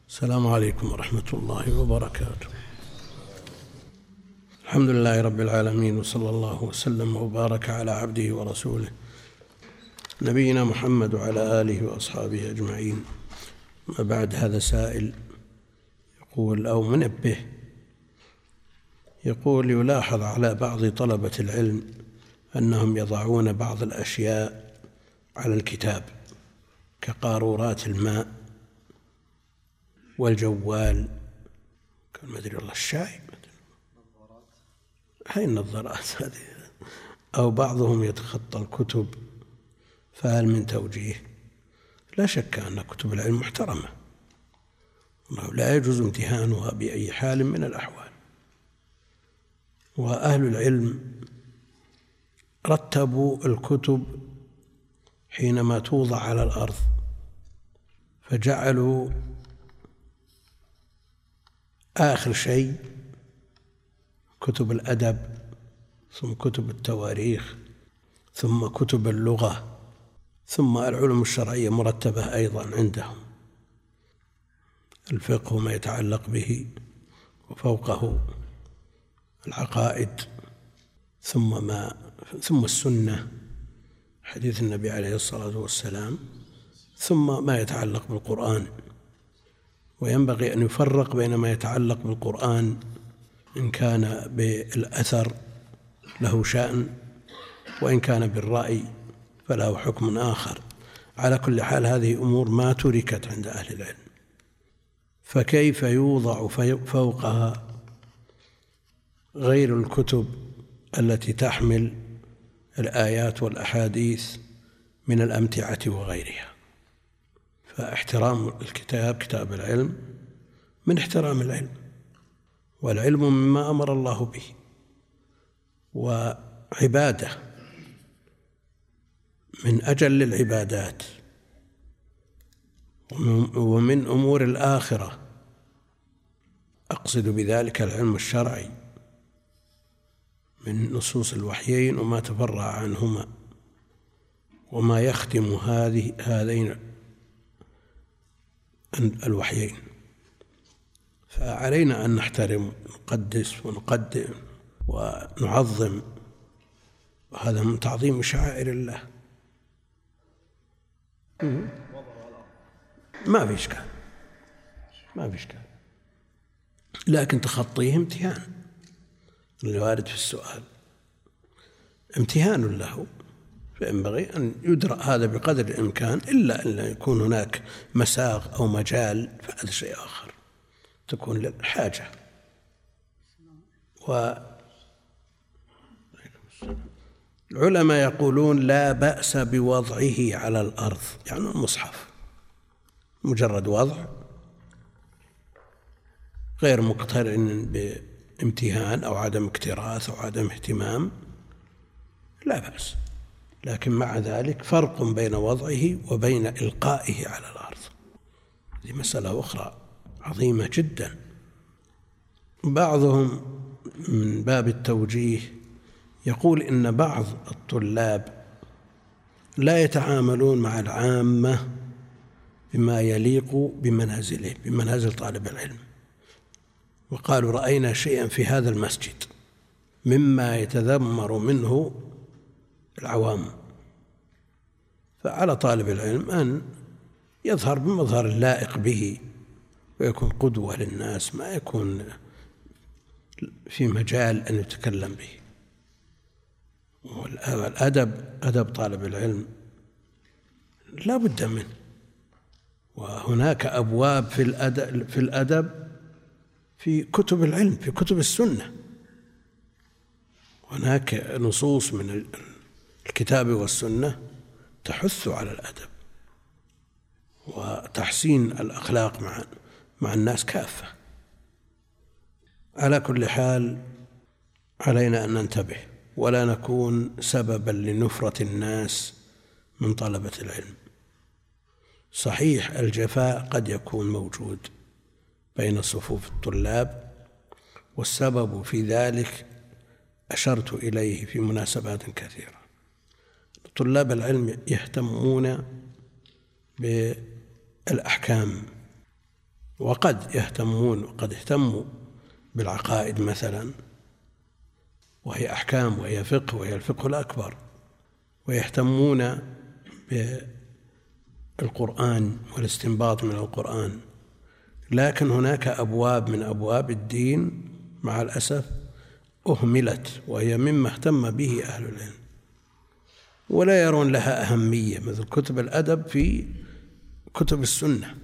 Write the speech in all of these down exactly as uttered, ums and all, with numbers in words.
السلام عليكم ورحمة الله وبركاته. الحمد لله رب العالمين، وصلى الله وسلم وبارك على عبده ورسوله نبينا محمد وعلى آله وأصحابه أجمعين. ما بعد، هذا سائل يقول أو منبه يقول: يلاحظ على بعض طلبة العلم أنهم يضعون بعض الأشياء على الكتاب كقارورات الماء والجوال، كان ما أدري والله الشاي، هاي النظارات هذه، أو بعضهم يتخطى الكتب، فهل من توجيه؟ لا شك أن كتب العلم محترمة، لا يجوز امتهانها بأي حال من الأحوال، وأهل العلم رتبوا الكتب حينما توضع على الأرض، فجعلوا آخر شيء كتب الأدب، ثم كتب التواريخ، ثم كتب اللغة، ثم العلوم الشرعية مرتبة أيضا عندهم، الفقه وما يتعلق به، وفوقه العقائد، ثم ما ثم السنة، حديث النبي عليه الصلاة والسلام، ثم ما يتعلق بالقرآن. وينبغي أن يفرق بين ما يتعلق بالقرآن إن كان بالأثر له شأن، وإن كان بالرأي فله حكم آخر. على كل حال هذه أمور ما تركت عند أهل العلم، فكيف يوضع فوقها غير الكتب التي تحمل الآيات والأحاديث من الأمتعة وغيرها؟ فاحترام الكتاب، كتاب العلم، من احترام العلم، والعلم مما أمر الله به، وعبادة من أجل العبادات، ومن أمور الآخرة، أقصد بذلك العلم الشرعي من نصوص الوحيين وما تفرع عنهما وما يختم هذه هذين الوحيين. فعلينا أن نحترم ونقدس ونقدم ونعظم، وهذا من تعظيم شعائر الله. ما في إشكال، ما في إشكال، لكن تخطيه امتهان، الوارد في السؤال امتهان له، فينبغي أن يدرأ هذا بقدر الإمكان، إلا أن يكون هناك مساغ أو مجال فهذا شيء آخر، تكون للحاجة. والعلماء يقولون لا بأس بوضعه على الأرض، يعني المصحف مجرد وضع غير مقترن بامتهان أو عدم اكتراث أو عدم اهتمام، لا بأس، لكن مع ذلك فرق بين وضعه وبين إلقائه على الأرض، هذه مسألة أخرى عظيمة جدا. بعضهم من باب التوجيه يقول إن بعض الطلاب لا يتعاملون مع العامة بما يليق بمنازله، بمنازل طالب العلم، وقالوا رأينا شيئا في هذا المسجد مما يتذمر منه العوام، فعلى طالب العلم أن يظهر بمظهر اللائق به ويكون قدوة للناس، ما يكون في مجال أن يتكلم به. والأدب، أدب طالب العلم لا بد منه، وهناك أبواب في الأدب في الأدب في كتب العلم، في كتب السنة، هناك نصوص من الكتاب والسنة تحث على الأدب وتحسين الأخلاق مع مع الناس كافة. على كل حال علينا أن ننتبه ولا نكون سببا لنفرة الناس من طلبة العلم. صحيح الجفاء قد يكون موجود بين صفوف الطلاب، والسبب في ذلك أشرت إليه في مناسبات كثيرة. طلاب العلم يهتمون بالأحكام وقد يهتمون وقد اهتموا بالعقائد مثلا، وهي أحكام وهي فقه وهي الفقه الأكبر، ويهتمون بالقرآن والاستنباط من القرآن، لكن هناك أبواب من أبواب الدين مع الأسف أهملت، وهي مما اهتم به أهل العلم ولا يرون لها أهمية، مثل كتب الأدب في كتب السنة،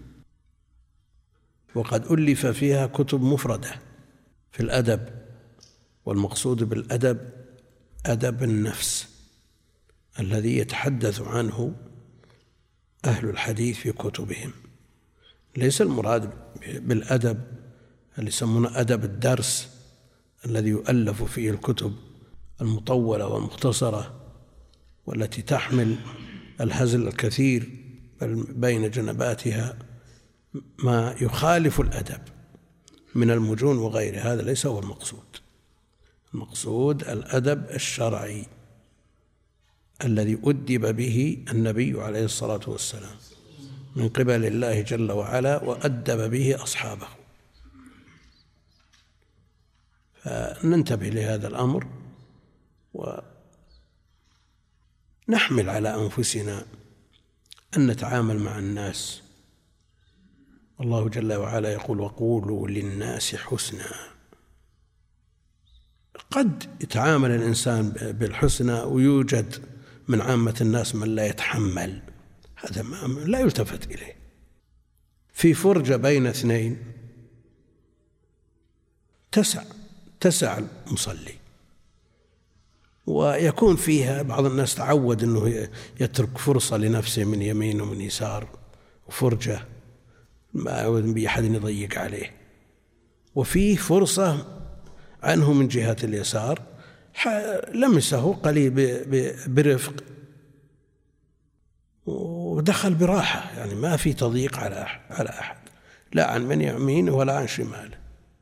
وقد ألف فيها كتب مفردة في الأدب، والمقصود بالأدب أدب النفس الذي يتحدث عنه أهل الحديث في كتبهم، ليس المراد بالأدب اللي يسمونه أدب الدرس الذي يؤلف فيه الكتب المطولة والمختصرة والتي تحمل الهزل الكثير بين جنباتها ما يخالف الأدب من المجون وغيره، هذا ليس هو المقصود. المقصود الأدب الشرعي الذي أدب به النبي عليه الصلاة والسلام من قبل الله جل وعلا وأدب به أصحابه. فننتبه لهذا الأمر ونحمل على أنفسنا أن نتعامل مع الناس. الله جل وعلا يقول: وقولوا للناس حسنا. قد يتعامل الإنسان بالحسنى ويوجد من عامة الناس من لا يتحمل، هذا ما لا يلتفت إليه. في فرجة بين اثنين تسع تسع المصلي، ويكون فيها بعض الناس تعود أنه يترك فرصة لنفسه من يمين ومن يسار، وفرجة ما يعود بأحد يضيق عليه، وفيه فرصة عنه من جهة اليسار لمسه قليل برفق ودخل براحة، يعني ما في تضييق على على أحد، لا عن من يمينه ولا عن شماله.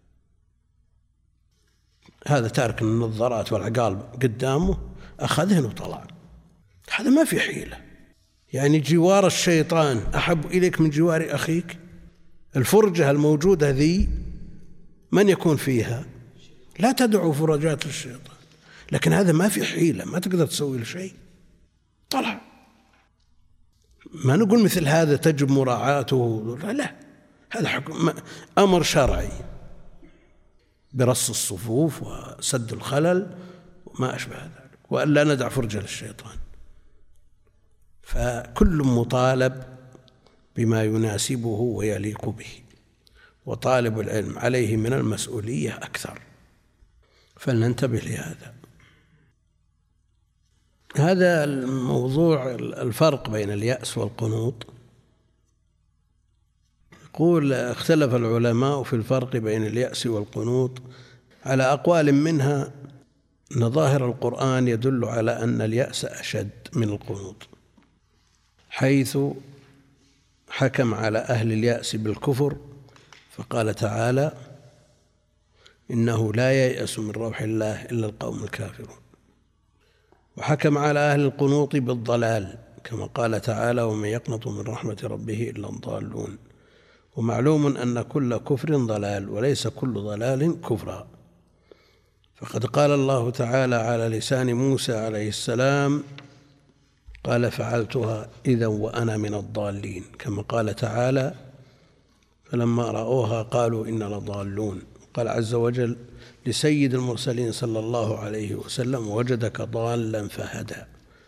هذا تارك النظارات والعقال قدامه أخذهن وطلع، هذا ما في حيلة. يعني جوار الشيطان أحب إليك من جوار أخيك. الفرجة الموجودة ذي من يكون فيها؟ لا تدعو فرجات الشيطان، لكن هذا ما في حيلة، ما تقدر تسوي له شيء، طلع. ما نقول مثل هذا تجب مراعاته، لا، هذا حكم أمر شرعي برص الصفوف وسد الخلل وما أشبه ذلك، وألا ندع فرجة للشيطان. فكل مطالب بما يناسبه ويليق به، وطالب العلم عليه من المسؤولية أكثر، فلننتبه لهذا. هذا الموضوع الفرق بين اليأس والقنوط. يقول: اختلف العلماء في الفرق بين اليأس والقنوط على أقوال، منها أن ظاهر القرآن يدل على أن اليأس أشد من القنوط، حيث حكم على أهل اليأس بالكفر فقال تعالى: إنه لا ييأس من روح الله إلا القوم الكافرون. وحكم على أهل القنوط بالضلال كما قال تعالى: ومن يقنط من رحمة ربه إلا الضالون. ومعلوم أن كل كفر ضلال، وليس كل ضلال كفرا، فقد قال الله تعالى على لسان موسى عليه السلام: قال فعلتها إذا وأنا من الضالين، كما قال تعالى: فلما رأوها قالوا إنا لضالون. قال عز وجل لسيد المرسلين صلى الله عليه وسلم: وجدك ضالا فهدى.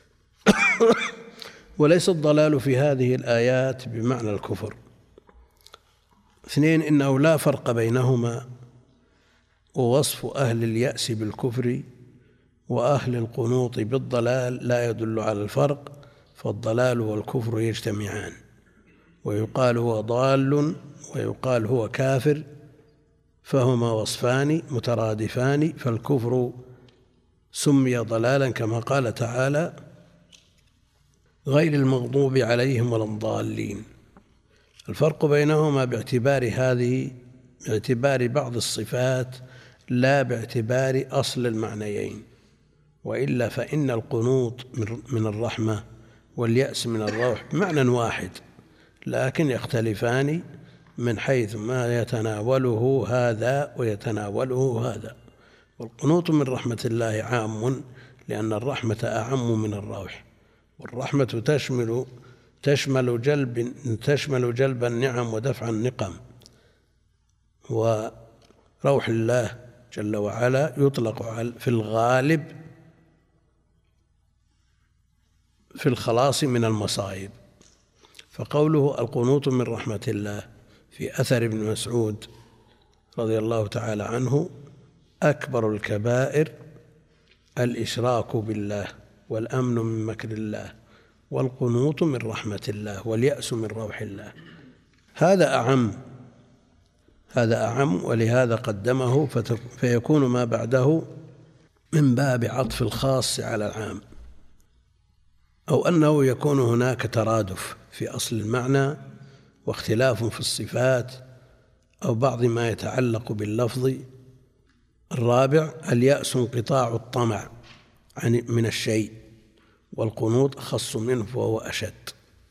وليس الضلال في هذه الآيات بمعنى الكفر. اثنين: إنه لا فرق بينهما، ووصف أهل اليأس بالكفر وأهل القنوط بالضلال لا يدل على الفرق، فالضلال والكفر يجتمعان، ويقال هو ضال ويقال هو كافر، فهما وصفان مترادفان، فالكفر سمي ضلالا كما قال تعالى: غير المغضوب عليهم ولا الضالين. الفرق بينهما باعتبار هذه باعتبار بعض الصفات لا باعتبار أصل المعنيين، وإلا فإن القنوط من الرحمة واليأس من الروح بمعنى واحد، لكن يختلفان من حيث ما يتناوله هذا ويتناوله هذا. والقنوط من رحمة الله عام، لأن الرحمة أعم من الروح، والرحمة تشمل تشمل جلب تشمل جلب النعم ودفع النقم. وروح الله جل وعلا يطلق في الغالب في الخلاص من المصائب. فقوله القنوط من رحمة الله في أثر ابن مسعود رضي الله تعالى عنه: أكبر الكبائر الإشراك بالله، والأمن من مكر الله، والقنوط من رحمة الله، واليأس من روح الله. هذا أعم هذا أعم ولهذا قدمه، فيكون ما بعده من باب عطف الخاص على العام، أو أنه يكون هناك ترادف في أصل المعنى واختلاف في الصفات أو بعض ما يتعلق باللفظ. الرابع: اليأس انقطاع الطمع من الشيء، والقنوط أخص منه فهو أشد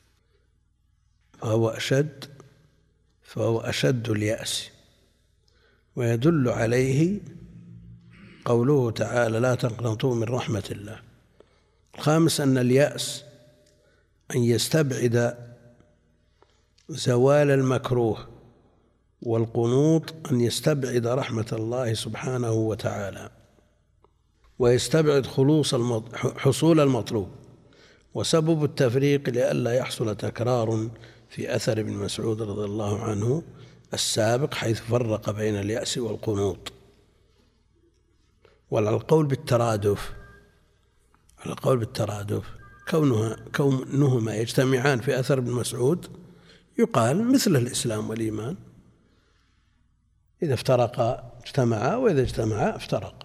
فهو أشد فهو أشد اليأس. ويدل عليه قوله تعالى: لا تقنطوا من رحمة الله. الخامس: أن اليأس أن يستبعد زوال المكروه، والقنوط أن يستبعد رحمة الله سبحانه وتعالى ويستبعد خلوص حصول المطلوب. وسبب التفريق لئلا يحصل تكرار في أثر ابن مسعود رضي الله عنه السابق، حيث فرق بين اليأس والقنوط. وعلى القول بالترادف على القول بالترادف كونها كونهما يجتمعان في أثر ابن مسعود يقال مثل الإسلام والإيمان، إذا افترقا اجتمعا، وإذا اجتمعا افترقا.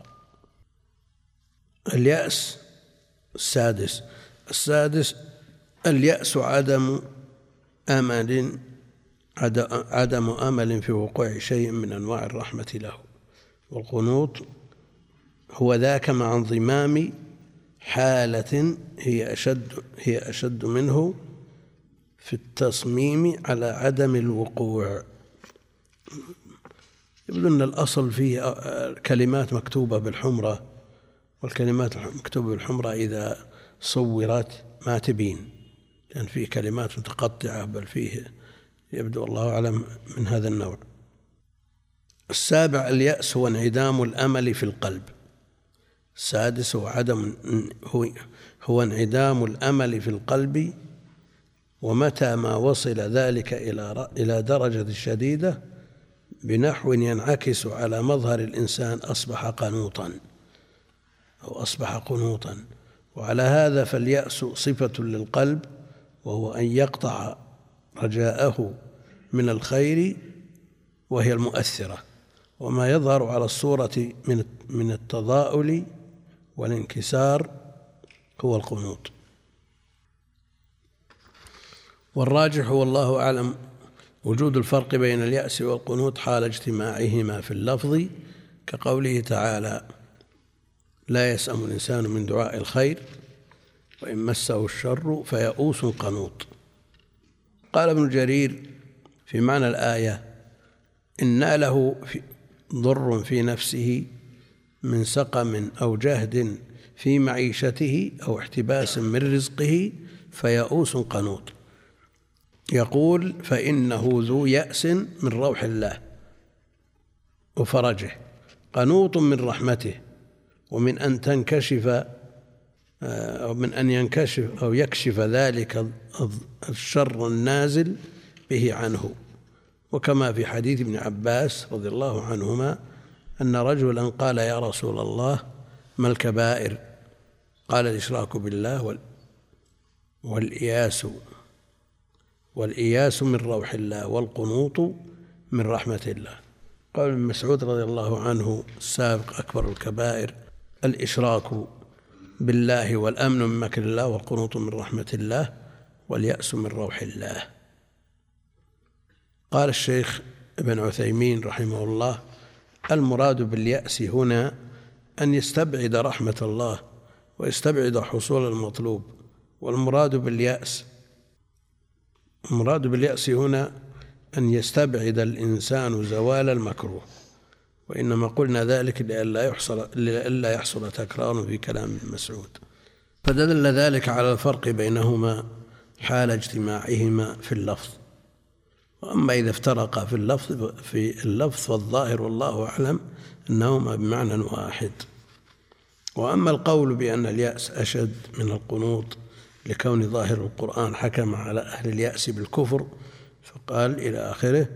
اليأس السادس السادس اليأس عدم أمل عدم أمل في وقوع شيء من أنواع الرحمة له. والقنوط هو ذاك مع انضمام حالة هي أشد هي أشد منه في التصميم على عدم الوقوع. يبدو أن الأصل فيه كلمات مكتوبة بالحمرة، والكلمات المكتوبة بالحمرة إذا صورت ما تبين، لأن فيه كلمات متقطعة، بل فيه يبدو الله أعلم من هذا النوع. السابع: اليأس هو انعدام الأمل في القلب. السادس هو عدم هو, هو انعدام الأمل في القلب، ومتى ما وصل ذلك إلى إلى درجة شديدة بنحو ينعكس على مظهر الإنسان أصبح قنوطا أو أصبح قنوطا. وعلى هذا فاليأس صفة للقلب، وهو أن يقطع رجاءه من الخير وهي المؤثرة، وما يظهر على الصورة من من التضاؤل والانكسار هو القنوط. والراجح والله أعلم وجود الفرق بين اليأس والقنوط حال اجتماعهما في اللفظ، كقوله تعالى: لا يسأم الإنسان من دعاء الخير وإن مسه الشر فيئوس قنوط. قال ابن جرير في معنى الآية: إن له ضر في نفسه من سقم أو جهد في معيشته أو احتباس من رزقه فيئوس قنوط. يقول: فإنه ذو يأس من روح الله وفرجه، قنوط من رحمته، ومن أن تنكشف أو من أن ينكشف أو يكشف ذلك الشر النازل به عنه. وكما في حديث ابن عباس رضي الله عنهما أن رجلا قال: يا رسول الله، ما الكبائر؟ قال: الإشراك بالله والإياس والإياس من روح الله، والقنوط من رحمة الله. قال ابن مسعود رضي الله عنه السابق: أكبر الكبائر الإشراك بالله، والأمن من مكر الله، والقنوط من رحمة الله، واليأس من روح الله. قال الشيخ ابن عثيمين رحمه الله: المراد باليأس هنا أن يستبعد رحمة الله ويستبعد حصول المطلوب. والمراد باليأس المراد باليأس هنا أن يستبعد الإنسان زوال المكروه، وإنما قلنا ذلك لئلا يحصل, لئلا يحصل تكرار في كلام ابن مسعود، فدل ذلك على الفرق بينهما حال اجتماعهما في اللفظ. وأما إذا افترقا في اللفظ في اللفظ فالظاهر والله أعلم أنهما بمعنى واحد. وأما القول بأن اليأس أشد من القنوط لكون ظاهر القرآن حكم على أهل اليأس بالكفر، فقال إلى آخره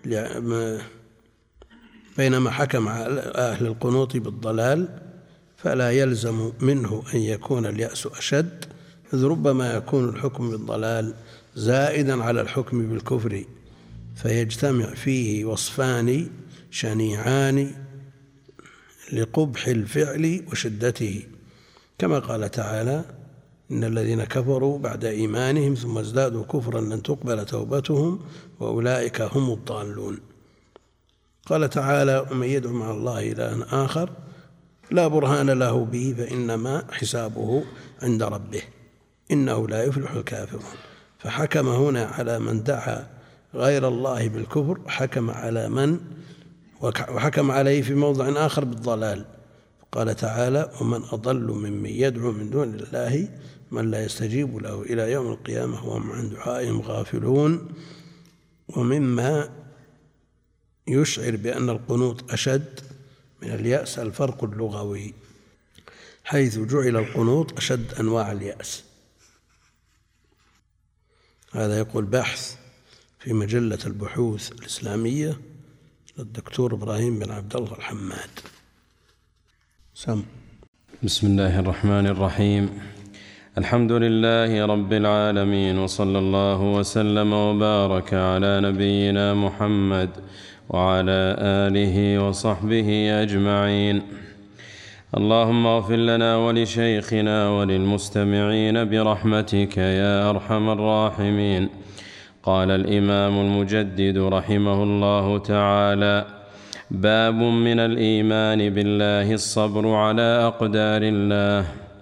بينما حكم على أهل القنوط بالضلال، فلا يلزم منه أن يكون اليأس أشد، إذ ربما يكون الحكم بالضلال زائدا على الحكم بالكفر، فيجتمع فيه وصفان شنيعان لقبح الفعل وشدته، كما قال تعالى: إن الذين كفروا بعد إيمانهم ثم ازدادوا كفرا لن تقبل توبتهم وأولئك هم الضالون. قال تعالى: ومن يدعو مع الله إلها آخر لا برهان له به فإنما حسابه عند ربه إنه لا يفلح الكافرون. فحكم هنا على من دعا غير الله بالكفر، حكم على من وحكم عليه في موضع آخر بالضلال، قال تعالى: ومن أضل ممن يدعو من دون الله من لا يستجيب له إلى يوم القيامة وهم عن دعائهم غافلون. ومما يشعر بأن القنوط أشد من اليأس الفرق اللغوي، حيث جعل القنوط أشد أنواع اليأس. هذا يقول بحث في مجلة البحوث الإسلامية للدكتور إبراهيم بن عبد الله الحماد. سم. بسم الله الرحمن الرحيم. الحمد لله رب العالمين، وصلى الله وسلم وبارك على نبينا محمد وعلى آله وصحبه أجمعين. اللهم اغفر لنا ولشيخنا وللمستمعين برحمتك يا أرحم الراحمين. قال الإمام المجدد رحمه الله تعالى: باب من الإيمان بالله الصبر على أقدار الله.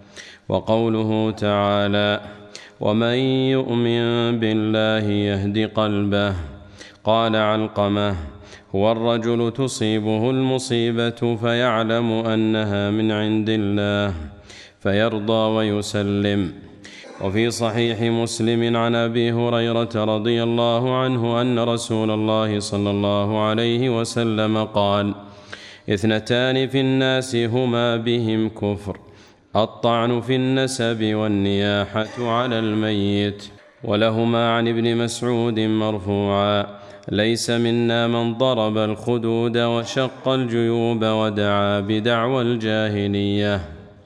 وقوله تعالى: ومن يؤمن بالله يهد قلبه. قال علقمة: هو الرجل تصيبه المصيبة فيعلم أنها من عند الله فيرضى ويسلم. وفي صحيح مسلم عن أبي هريرة رضي الله عنه أن رسول الله صلى الله عليه وسلم قال: اثنتان في الناس هما بهم كفر: الطعن في النسب والنياحة على الميت. ولهما عن ابن مسعود مرفوعا: ليس منا من ضرب الخدود وشق الجيوب ودعا بدعوى الجاهلية.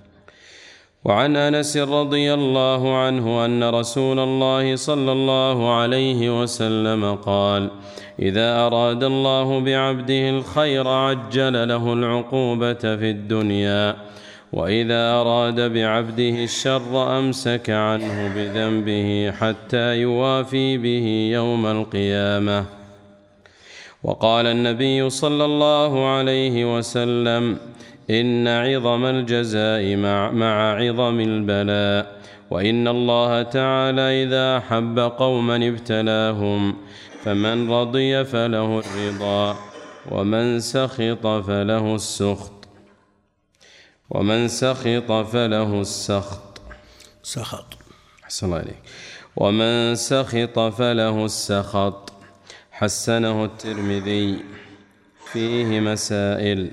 وعن أنس رضي الله عنه أن رسول الله صلى الله عليه وسلم قال: إذا أراد الله بعبده الخير عجل له العقوبة في الدنيا، وإذا أراد بعبده الشر أمسك عنه بذنبه حتى يوافي به يوم القيامة. وقال النبي صلى الله عليه وسلم: إن عظم الجزاء مع, مع عظم البلاء، وإن الله تعالى إذا أحب قوما ابتلاهم، فمن رضي فله الرضا، ومن سخط فله السخط ومن سخط فله السخط سخط أحسن الله عليك ومن سخط فله السخط. حسنه الترمذي. فيه مسائل: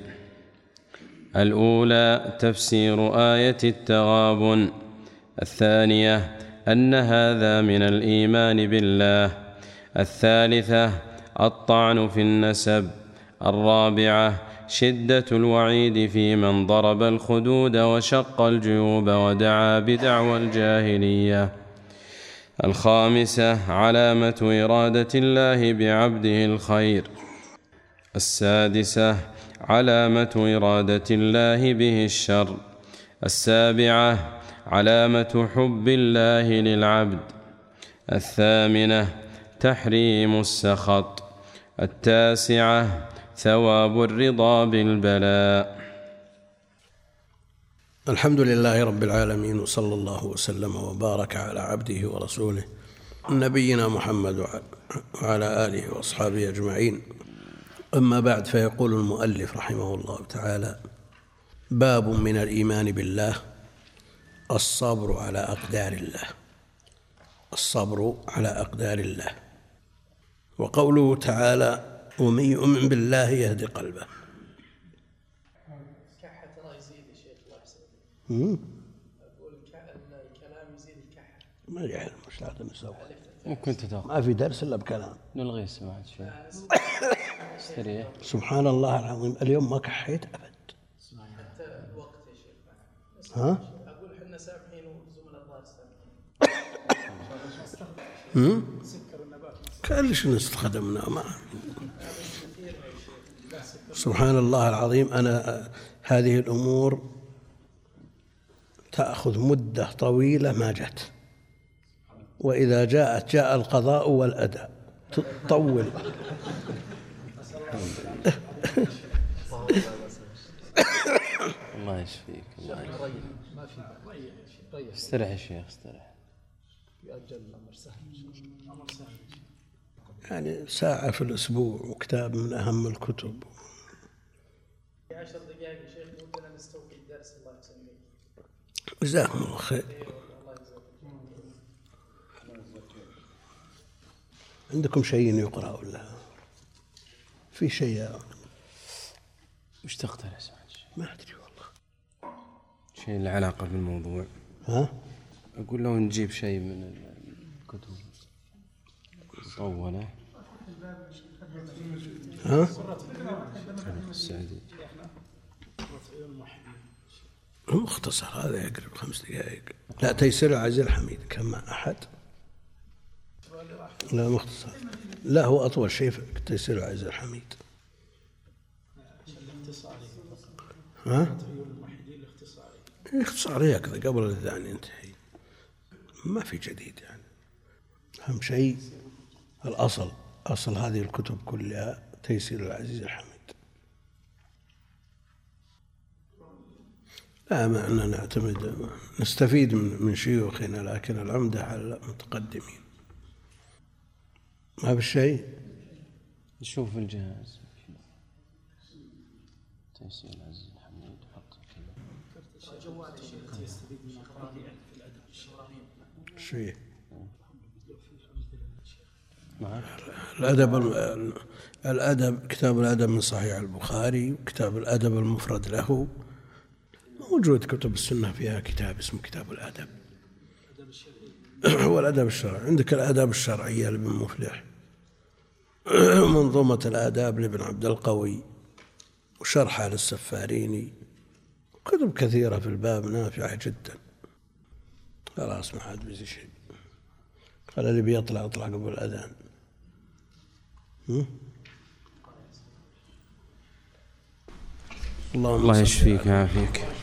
الأولى تفسير آية التغابن. الثانية أن هذا من الإيمان بالله. الثالثة الطعن في النسب. الرابعة شدة الوعيد في من ضرب الخدود وشق الجيوب ودعا بدعوى الجاهلية. الخامسة علامة إرادة الله بعبده الخير. السادسة علامة إرادة الله به الشر. السابعة علامة حب الله للعبد. الثامنة تحريم السخط. التاسعة ثواب الرضا بالبلاء. الحمد لله رب العالمين، وصلى الله وسلم وبارك على عبده ورسوله نبينا محمد وعلى آله وأصحابه أجمعين. أما بعد، فيقول المؤلف رحمه الله تعالى: باب من الإيمان بالله الصبر على أقدار الله. الصبر على أقدار الله. وقوله تعالى: ومن يؤمن بالله يهدي قلبه. الكحة ترى يزيد يا شيخ، الله يحسن. أقول الكلام يزيد الكحة. ما يحل، مش لازم نسوي. ممكن تتوقع ما في درس إلا بكلام. نلغي سماعة شيء. سريع. سبحان الله العظيم، اليوم ما كحيت أبد. حتى الوقت يا شيخ. ها؟ أقول إحنا سامحين وزملاء الظاهر سامحين. هم؟ كلش نستخدمنا ما. سبحان الله العظيم، أنا هذه الأمور تأخذ مدة طويلة ما جت، وإذا جاءت جاء القضاء والأداء، تطول. الله يشفيك. الله يشفيك. استرح يا شيخ، استرح. يعني ساعة في الأسبوع وكتاب من أهم الكتب. عشر دقائق يا شيخ ودنا نستوفي الدرس، الله يسلمك. جزاكم الله خير. عندكم شيء يقرأ ولا في شيء؟ وش تقترح سمعت؟ ما أدري والله. شيء له علاقة بالموضوع. ها؟ أقول لو نجيب شيء من الكتب مطولة. ها؟ السعدي مختصر هذا يقرب خمس دقائق. لا، تيسير العزيز الحميد كم مع أحد؟ لا مختصر. لا، هو أطول شيء في تيسير العزيز الحميد. ها؟ اختصاري هكذا قبل الأذان ينتهي، ما في جديد يعني. أهم شيء الأصل، أصل هذه الكتب كلها تيسير العزيز الحميد. لا، ما أننا نعتمد، نستفيد من شيوخنا، لكن العمدة على المتقدمين. ما بالشيء. نشوف الجهاز تيسير العزيز الحميد. حط كذا جوال الشيخ يستفيد من القرآن في الأدب الشرعي. شيء معك الأدب الأدب كتاب الأدب من صحيح البخاري، وكتاب الأدب المفرد له. موجود كتب السنة فيها كتاب اسمه كتاب الأدب. هو الأدب الشرعي. عندك الآداب الشرعية لابن مفلح، منظومة الآداب لابن عبد القوي، وشرحها للسفاريني. كتب كثيرة في الباب نافعة جدا. خلاص ما عاد بيزي شيء. خلى اللي بيطلع يطلع قبل الأذان. الله يشفيك ويعافيك.